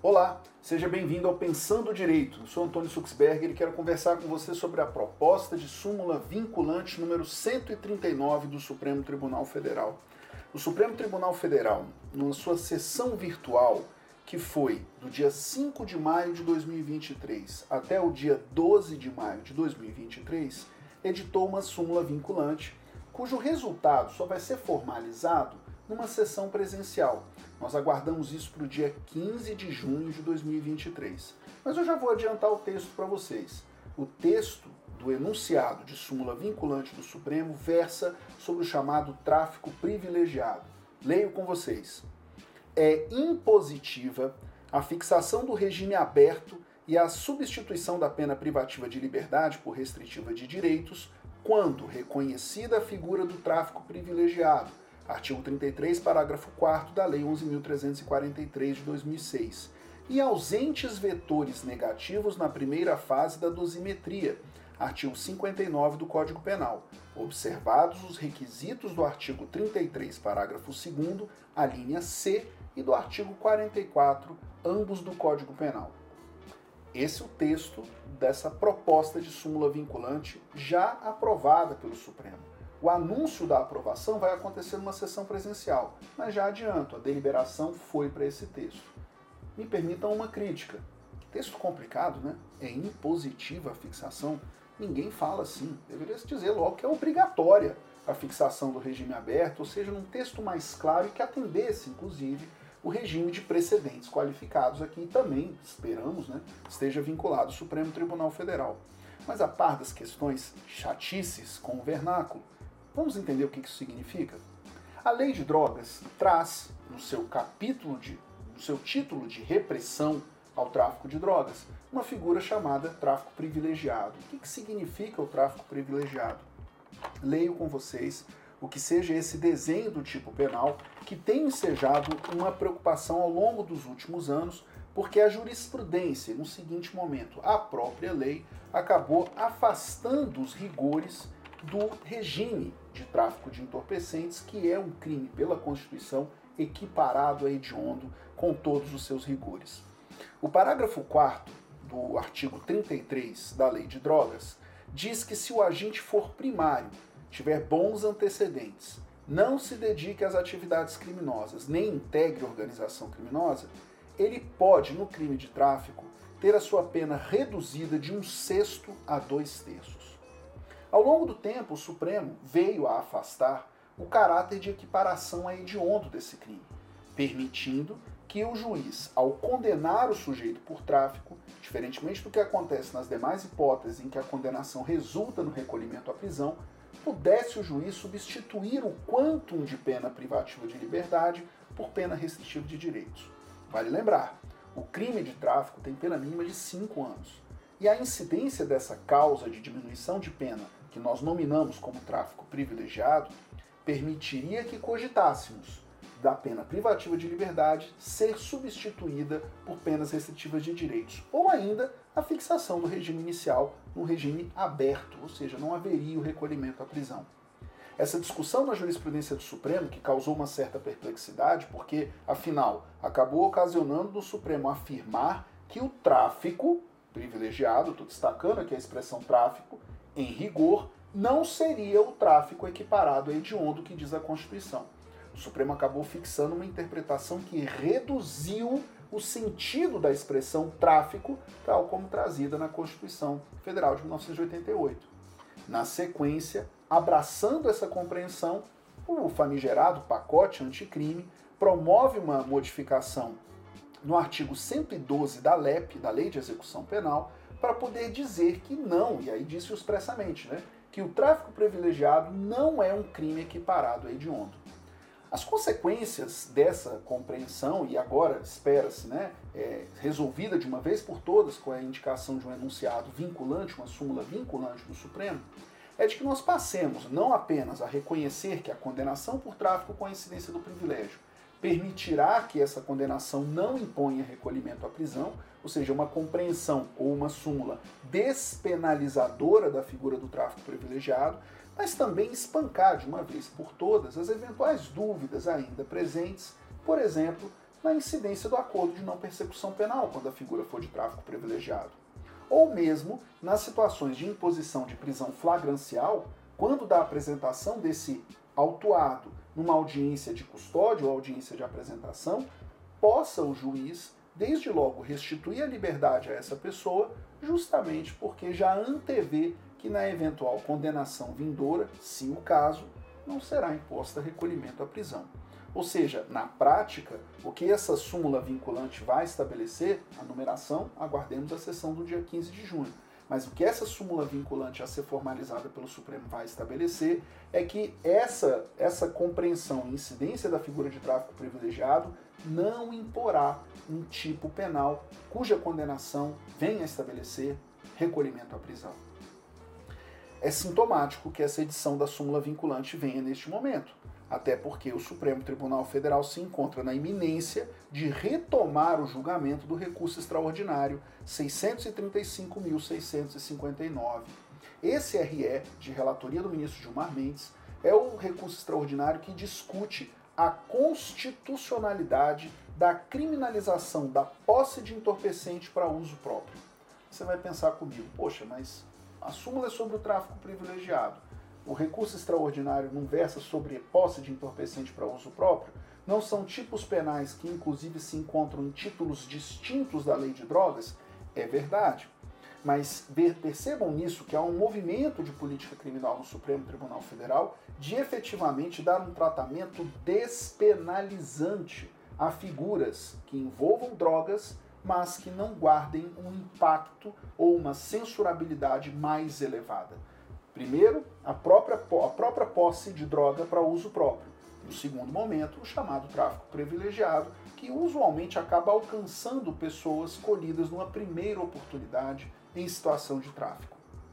Olá, seja bem-vindo ao Pensando Direito. Eu sou Antônio Suxberger e quero conversar com você sobre a proposta de súmula vinculante número 139 do Supremo Tribunal Federal. O Supremo Tribunal Federal, na sua sessão virtual, que foi do dia 5 de maio de 2023 até o dia 12 de maio de 2023, editou uma súmula vinculante, cujo resultado só vai ser formalizado numa sessão presencial. Nós aguardamos isso para o dia 15 de junho de 2023. Mas eu já vou adiantar o texto para vocês. O texto do enunciado de súmula vinculante do Supremo versa sobre o chamado tráfico privilegiado. Leio com vocês. É impositiva a fixação do regime aberto e a substituição da pena privativa de liberdade por restritiva de direitos quando reconhecida a figura do tráfico privilegiado, artigo 33, parágrafo 4º da Lei 11.343 de 2006, e ausentes vetores negativos na primeira fase da dosimetria, artigo 59 do Código Penal, observados os requisitos do artigo 33, parágrafo 2º, a linha C, e do artigo 44, ambos do Código Penal. Esse é o texto dessa proposta de súmula vinculante já aprovada pelo Supremo. O anúncio da aprovação vai acontecer numa sessão presencial, mas já adianto, a deliberação foi para esse texto. Me permitam uma crítica. Texto complicado, né? É impositiva a fixação. Ninguém fala assim. Deveria se dizer logo que é obrigatória a fixação do regime aberto, ou seja, num texto mais claro e que atendesse, inclusive, o regime de precedentes qualificados aqui também, esperamos, né, esteja vinculado ao Supremo Tribunal Federal. Mas a par das questões chatices com o vernáculo, vamos entender o que isso significa? A Lei de Drogas traz, no seu título de repressão ao tráfico de drogas, uma figura chamada tráfico privilegiado. O que significa o tráfico privilegiado? Leio com vocês o que seja esse desenho do tipo penal que tem ensejado uma preocupação ao longo dos últimos anos, porque a jurisprudência, no seguinte momento, a própria lei, acabou afastando os rigores do regime de tráfico de entorpecentes, que é um crime pela Constituição equiparado a hediondo com todos os seus rigores. O parágrafo 4º do artigo 33 da Lei de Drogas diz que se o agente for primário, tiver bons antecedentes, não se dedique às atividades criminosas, nem integre organização criminosa, ele pode, no crime de tráfico, ter a sua pena reduzida de 1/6 a 2/3. Ao longo do tempo, o Supremo veio a afastar o caráter de equiparação a hediondo desse crime, permitindo que o juiz, ao condenar o sujeito por tráfico, diferentemente do que acontece nas demais hipóteses em que a condenação resulta no recolhimento à prisão, pudesse o juiz substituir o quantum de pena privativa de liberdade por pena restritiva de direitos. Vale lembrar, o crime de tráfico tem pena mínima de 5 anos. E a incidência dessa causa de diminuição de pena, que nós nominamos como tráfico privilegiado, permitiria que cogitássemos da pena privativa de liberdade ser substituída por penas restritivas de direitos, ou ainda a fixação do regime inicial num regime aberto, ou seja, não haveria o recolhimento à prisão. Essa discussão na jurisprudência do Supremo, que causou uma certa perplexidade, porque, afinal, acabou ocasionando do Supremo afirmar que o tráfico privilegiado, estou destacando aqui a expressão tráfico, em rigor, não seria o tráfico equiparado a hediondo que diz a Constituição. O Supremo acabou fixando uma interpretação que reduziu o sentido da expressão tráfico, tal como trazida na Constituição Federal de 1988. Na sequência, abraçando essa compreensão, o famigerado pacote anticrime promove uma modificação no artigo 112 da LEP, da Lei de Execução Penal, para poder dizer que não, e aí disse expressamente, né, que o tráfico privilegiado não é um crime equiparado a hediondo. As consequências dessa compreensão, e agora espera-se, né, resolvida de uma vez por todas com a indicação de um enunciado vinculante, uma súmula vinculante do Supremo, é de que nós passemos não apenas a reconhecer que a condenação por tráfico com a incidência do privilégio permitirá que essa condenação não imponha recolhimento à prisão, ou seja, uma compreensão ou uma súmula despenalizadora da figura do tráfico privilegiado, mas também espancar de uma vez por todas as eventuais dúvidas ainda presentes, por exemplo, na incidência do acordo de não persecução penal, quando a figura for de tráfico privilegiado. Ou mesmo nas situações de imposição de prisão flagrancial, quando da apresentação desse autuado numa audiência de custódia ou audiência de apresentação, possa o juiz, desde logo, restituir a liberdade a essa pessoa, justamente porque já antevê que na eventual condenação vindoura, se o caso, não será imposta recolhimento à prisão. Ou seja, na prática, o que essa súmula vinculante vai estabelecer, a numeração, aguardemos a sessão do dia 15 de junho. Mas o que essa súmula vinculante a ser formalizada pelo Supremo vai estabelecer é que essa compreensão e incidência da figura de tráfico privilegiado não imporá um tipo penal cuja condenação venha a estabelecer recolhimento à prisão. É sintomático que essa edição da súmula vinculante venha neste momento, até porque o Supremo Tribunal Federal se encontra na iminência de retomar o julgamento do recurso extraordinário 635.659. Esse RE, de relatoria do ministro Gilmar Mendes, é o recurso extraordinário que discute a constitucionalidade da criminalização da posse de entorpecente para uso próprio. Você vai pensar comigo, poxa, mas a súmula é sobre o tráfico privilegiado. O recurso extraordinário não versa sobre posse de entorpecente para uso próprio? Não são tipos penais que, inclusive, se encontram em títulos distintos da lei de drogas? É verdade. Mas percebam nisso que há um movimento de política criminal no Supremo Tribunal Federal de efetivamente dar um tratamento despenalizante a figuras que envolvam drogas, mas que não guardem um impacto ou uma censurabilidade mais elevada. Primeiro, a própria posse de droga para uso próprio. No segundo momento, o chamado tráfico privilegiado, que usualmente acaba alcançando pessoas colhidas numa primeira oportunidade em situação de tráfico.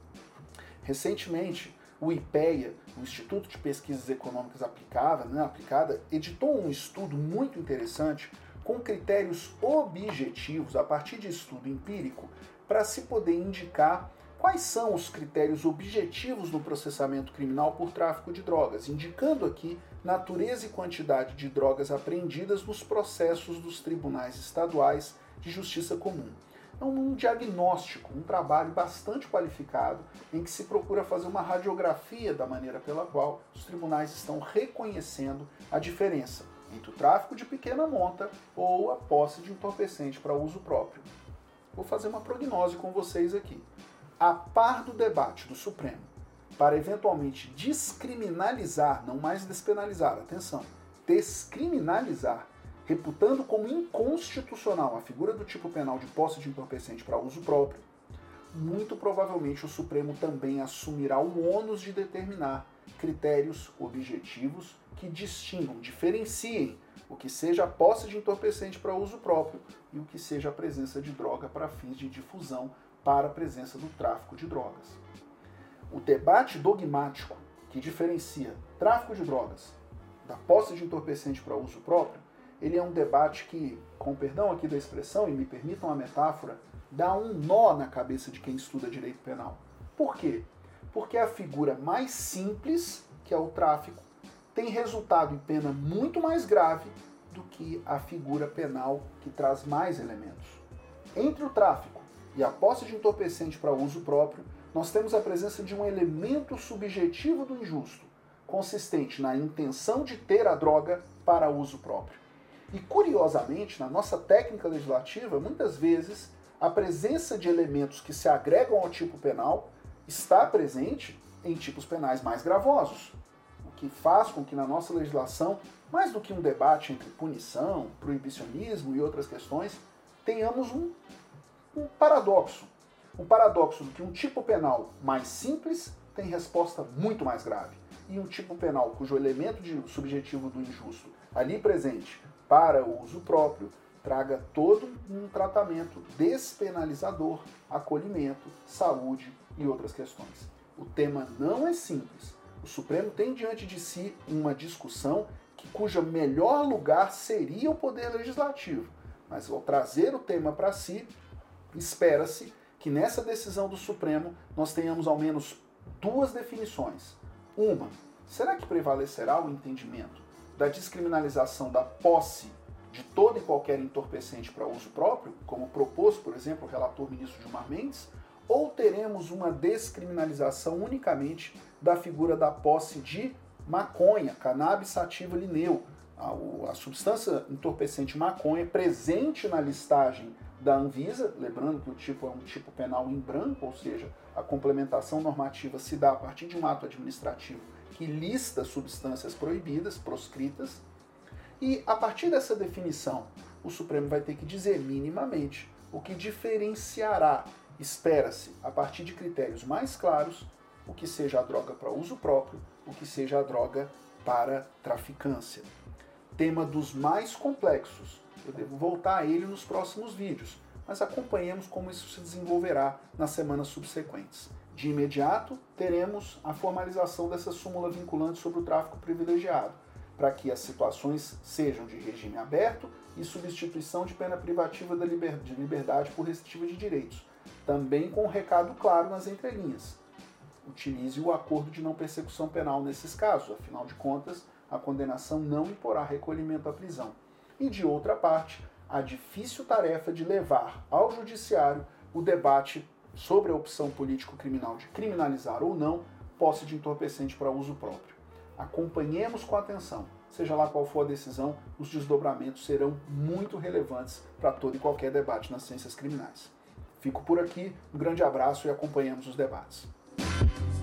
Recentemente, o IPEA, o Instituto de Pesquisas Econômicas Aplicada, editou um estudo muito interessante com critérios objetivos, a partir de estudo empírico, para se poder indicar quais são os critérios objetivos no processamento criminal por tráfico de drogas, indicando aqui natureza e quantidade de drogas apreendidas nos processos dos tribunais estaduais de justiça comum. É um diagnóstico, um trabalho bastante qualificado, em que se procura fazer uma radiografia da maneira pela qual os tribunais estão reconhecendo a diferença entre o tráfico de pequena monta ou a posse de entorpecente para uso próprio. Vou fazer uma prognose com vocês aqui. A par do debate do Supremo para eventualmente descriminalizar, não mais despenalizar, atenção, descriminalizar, reputando como inconstitucional a figura do tipo penal de posse de entorpecente para uso próprio, muito provavelmente o Supremo também assumirá o ônus de determinar critérios objetivos que distingam, diferenciem o que seja a posse de entorpecente para uso próprio e o que seja a presença de droga para fins de difusão para a presença do tráfico de drogas. O debate dogmático que diferencia tráfico de drogas da posse de entorpecente para uso próprio, ele é um debate que, com perdão aqui da expressão, e me permitam a metáfora, dá um nó na cabeça de quem estuda direito penal. Por quê? Porque a figura mais simples, que é o tráfico, tem resultado em pena muito mais grave do que a figura penal que traz mais elementos. Entre o tráfico e a posse de entorpecente para uso próprio, nós temos a presença de um elemento subjetivo do injusto, consistente na intenção de ter a droga para uso próprio. E, curiosamente, na nossa técnica legislativa, muitas vezes, a presença de elementos que se agregam ao tipo penal está presente em tipos penais mais gravosos, o que faz com que na nossa legislação, mais do que um debate entre punição, proibicionismo e outras questões, tenhamos um paradoxo. Um paradoxo de que um tipo penal mais simples tem resposta muito mais grave, e um tipo penal cujo elemento subjetivo do injusto ali presente para o uso próprio traga todo um tratamento despenalizador, acolhimento, saúde e outras questões. O tema não é simples. O Supremo tem diante de si uma discussão cujo melhor lugar seria o Poder Legislativo. Mas ao trazer o tema para si, espera-se que nessa decisão do Supremo nós tenhamos ao menos duas definições. Uma, será que prevalecerá o entendimento da descriminalização da posse de todo e qualquer entorpecente para uso próprio, como propôs, por exemplo, o relator ministro Gilmar Mendes, ou teremos uma descriminalização unicamente da figura da posse de maconha, cannabis sativa lineu, a substância entorpecente maconha presente na listagem da Anvisa, lembrando que o tipo é um tipo penal em branco, ou seja, a complementação normativa se dá a partir de um ato administrativo que lista substâncias proibidas, proscritas, e a partir dessa definição, o Supremo vai ter que dizer minimamente o que diferenciará, espera-se, a partir de critérios mais claros, o que seja a droga para uso próprio, o que seja a droga para traficância. Tema dos mais complexos. Eu devo voltar a ele nos próximos vídeos, mas acompanhemos como isso se desenvolverá nas semanas subsequentes. De imediato, teremos a formalização dessa súmula vinculante sobre o tráfico privilegiado, para que as situações sejam de regime aberto e substituição de pena privativa de liberdade por restritiva de direitos. Também com um recado claro nas entrelinhas. Utilize o acordo de não persecução penal nesses casos, afinal de contas, a condenação não imporá recolhimento à prisão. E de outra parte, a difícil tarefa de levar ao judiciário o debate sobre a opção político-criminal de criminalizar ou não posse de entorpecente para uso próprio. Acompanhemos com atenção. Seja lá qual for a decisão, os desdobramentos serão muito relevantes para todo e qualquer debate nas ciências criminais. Fico por aqui, um grande abraço e acompanhemos os debates.